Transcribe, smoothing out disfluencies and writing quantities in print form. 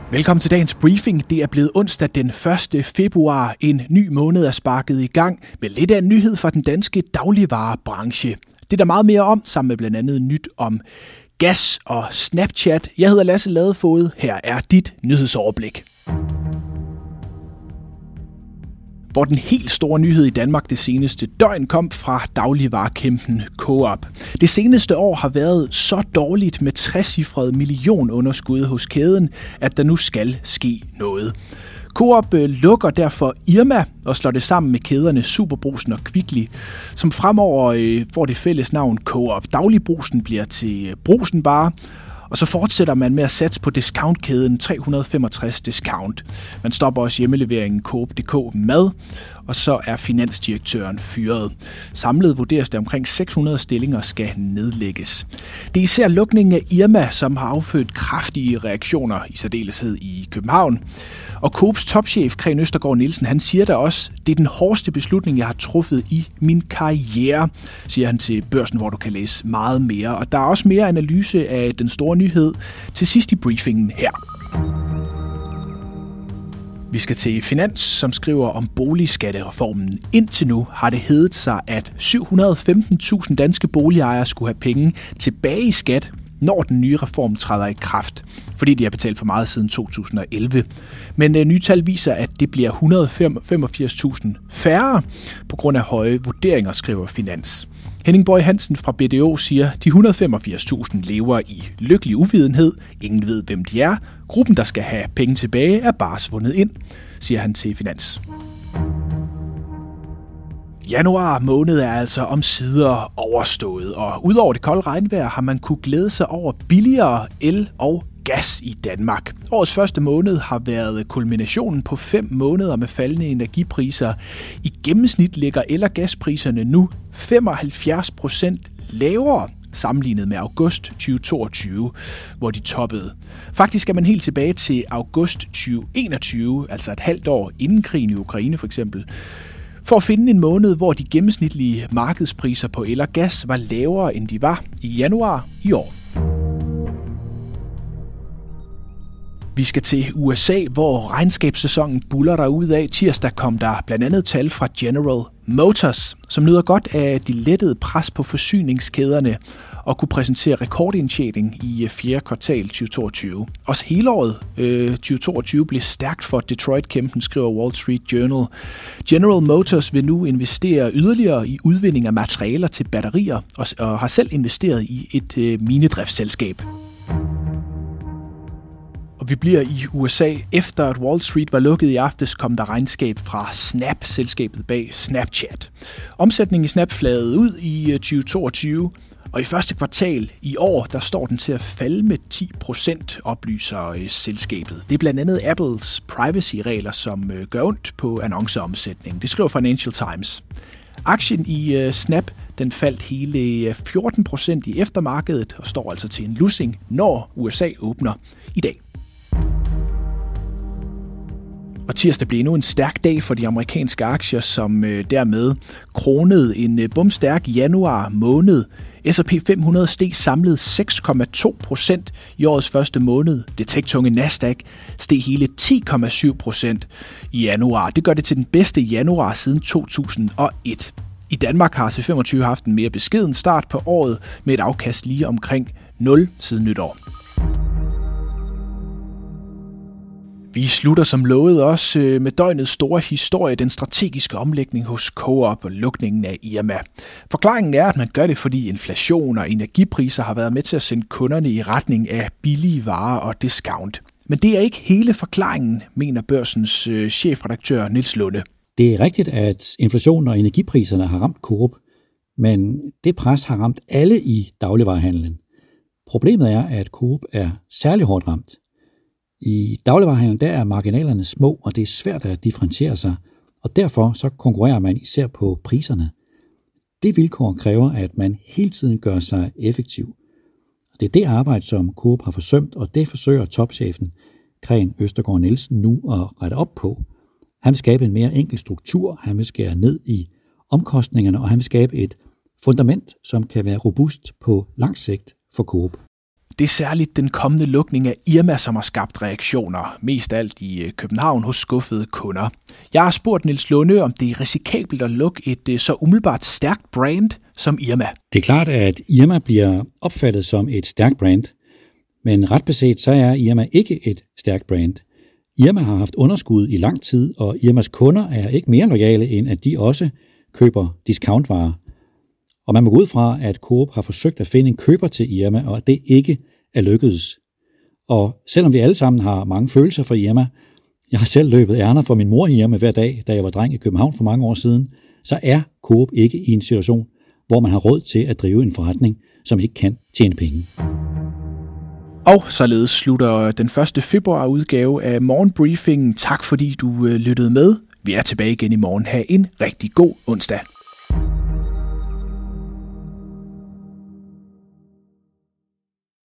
Velkommen til dagens briefing. Det er blevet onsdag den 1. februar. En ny måned er sparket i gang med lidt af en nyhed fra den danske dagligvarebranche. Det er der meget mere om, sammen med blandt andet nyt om gas og Snapchat. Jeg hedder Lasse Ladefoged. Her er dit nyhedsoverblik. Hvor den helt store nyhed i Danmark det seneste døgn kom fra dagligvarekæmpen Coop. Det seneste år har været så dårligt med 60-cifrede millionunderskud hos kæden, at der nu skal ske noget. Coop lukker derfor Irma og slår det sammen med kæderne Superbrugsen og Kvickly, som fremover får det fælles navn Coop. Dagligbrusen bliver til Brugsen bare. Og så fortsætter man med at satse på discountkæden 365 Discount. Man stopper også hjemmeleveringen Coop.dk Mad, og så er finansdirektøren fyret. Samlet vurderes det omkring 600 stillinger skal nedlægges. Det er især lukningen af Irma, som har affødt kraftige reaktioner, i særdeleshed i København. Og Coops topchef, Kren Østergaard Nielsen, han siger da også, det er den hårdeste beslutning, jeg har truffet i min karriere, siger han til Børsen, hvor du kan læse meget mere. Og der er også mere analyse af den store nyhed til sidst i briefingen her. Vi skal til Finans, som skriver om boligskattereformen. Indtil nu har det heddet sig, at 715.000 danske boligejere skulle have penge tilbage i skat, når den nye reform træder i kraft, fordi de har betalt for meget siden 2011. Men nye tal viser, at det bliver 185.000 færre på grund af høje vurderinger, skriver Finans. Henning Boy Hansen fra BDO siger, at de 185.000 lever i lykkelig uvidenhed. Ingen ved, hvem de er. Gruppen, der skal have penge tilbage, er bare svundet ind, siger han til Finans. Januar måned er altså omsider overstået, og udover det kolde regnvejr har man kunne glæde sig over billigere el og gas i Danmark. Årets første måned har været kulminationen på 5 måneder med faldende energipriser. I gennemsnit ligger el- og gaspriserne nu 75% lavere sammenlignet med august 2022, hvor de toppede. Faktisk er man helt tilbage til august 2021, altså et halvt år inden krigen i Ukraine for eksempel, for at finde en måned, hvor de gennemsnitlige markedspriser på el og gas var lavere, end de var i januar i år. Vi skal til USA, hvor regnskabssæsonen buller derudad. Tirsdag kom der blandt andet tal fra General Motors, som nyder godt af de lettede pres på forsyningskæderne og kunne præsentere rekordindtjening i 4. kvartal 2022. Også hele året 2022 blev stærkt for Detroit-kæmpen, skriver Wall Street Journal. General Motors vil nu investere yderligere i udvinding af materialer til batterier og har selv investeret i et minedriftsselskab. Og vi bliver i USA. Efter at Wall Street var lukket i aftes, kom der regnskab fra Snap, selskabet bag Snapchat. Omsætningen i Snap flagede ud i 2022, og i første kvartal i år, der står den til at falde med 10%, oplyser selskabet. Det er blandt andet Apples privacy-regler, som gør ondt på annonceomsætning. Det skriver Financial Times. Aktien i Snap, den faldt hele 14% i eftermarkedet og står altså til en lussing, når USA åbner i dag. Og tirsdag blev endnu en stærk dag for de amerikanske aktier, som dermed kronede en bumstærk januar måned. S&P 500 steg samlet 6,2% i årets første måned. Det tech-tunge Nasdaq steg hele 10,7% i januar. Det gør det til den bedste januar siden 2001. I Danmark har C25 haft en mere beskeden start på året med et afkast lige omkring 0 siden nytår. Vi slutter som lovet også med døgnets store historie, den strategiske omlægning hos Coop og lukningen af Irma. Forklaringen er, at man gør det, fordi inflation og energipriser har været med til at sende kunderne i retning af billige varer og discount. Men det er ikke hele forklaringen, mener Børsens chefredaktør Niels Lunde. Det er rigtigt, at inflationen og energipriserne har ramt Coop, men det pres har ramt alle i dagligvarehandlen. Problemet er, at Coop er særlig hårdt ramt. I dagligvarehandlen der er marginalerne små, og det er svært at differentiere sig, og derfor så konkurrerer man især på priserne. Det vilkår kræver, at man hele tiden gør sig effektiv. Det er det arbejde, som Coop har forsømt, og det forsøger topchefen Kren Østergaard Nielsen nu at rette op på. Han vil skabe en mere enkel struktur, han vil skære ned i omkostningerne, og han vil skabe et fundament, som kan være robust på lang sigt for Coop. Det er særligt den kommende lukning af Irma, som har skabt reaktioner, mest af alt i København hos skuffede kunder. Jeg har spurgt Niels Lunde, om det er risikabelt at lukke et så umiddelbart stærkt brand som Irma. Det er klart, at Irma bliver opfattet som et stærkt brand, men ret beset så er Irma ikke et stærkt brand. Irma har haft underskud i lang tid, og Irmas kunder er ikke mere loyale, end at de også køber discountvarer. Og man må gå ud fra, at Coop har forsøgt at finde en køber til Irma, og at det ikke er lykkedes. Og selvom vi alle sammen har mange følelser for Irma, jeg har selv løbet ærner for min mor i Irma hver dag, da jeg var dreng i København for mange år siden, så er Coop ikke i en situation, hvor man har råd til at drive en forretning, som ikke kan tjene penge. Og således slutter den 1. februar udgave af Morgenbriefingen. Tak fordi du lyttede med. Vi er tilbage igen i morgen. Ha' en rigtig god onsdag.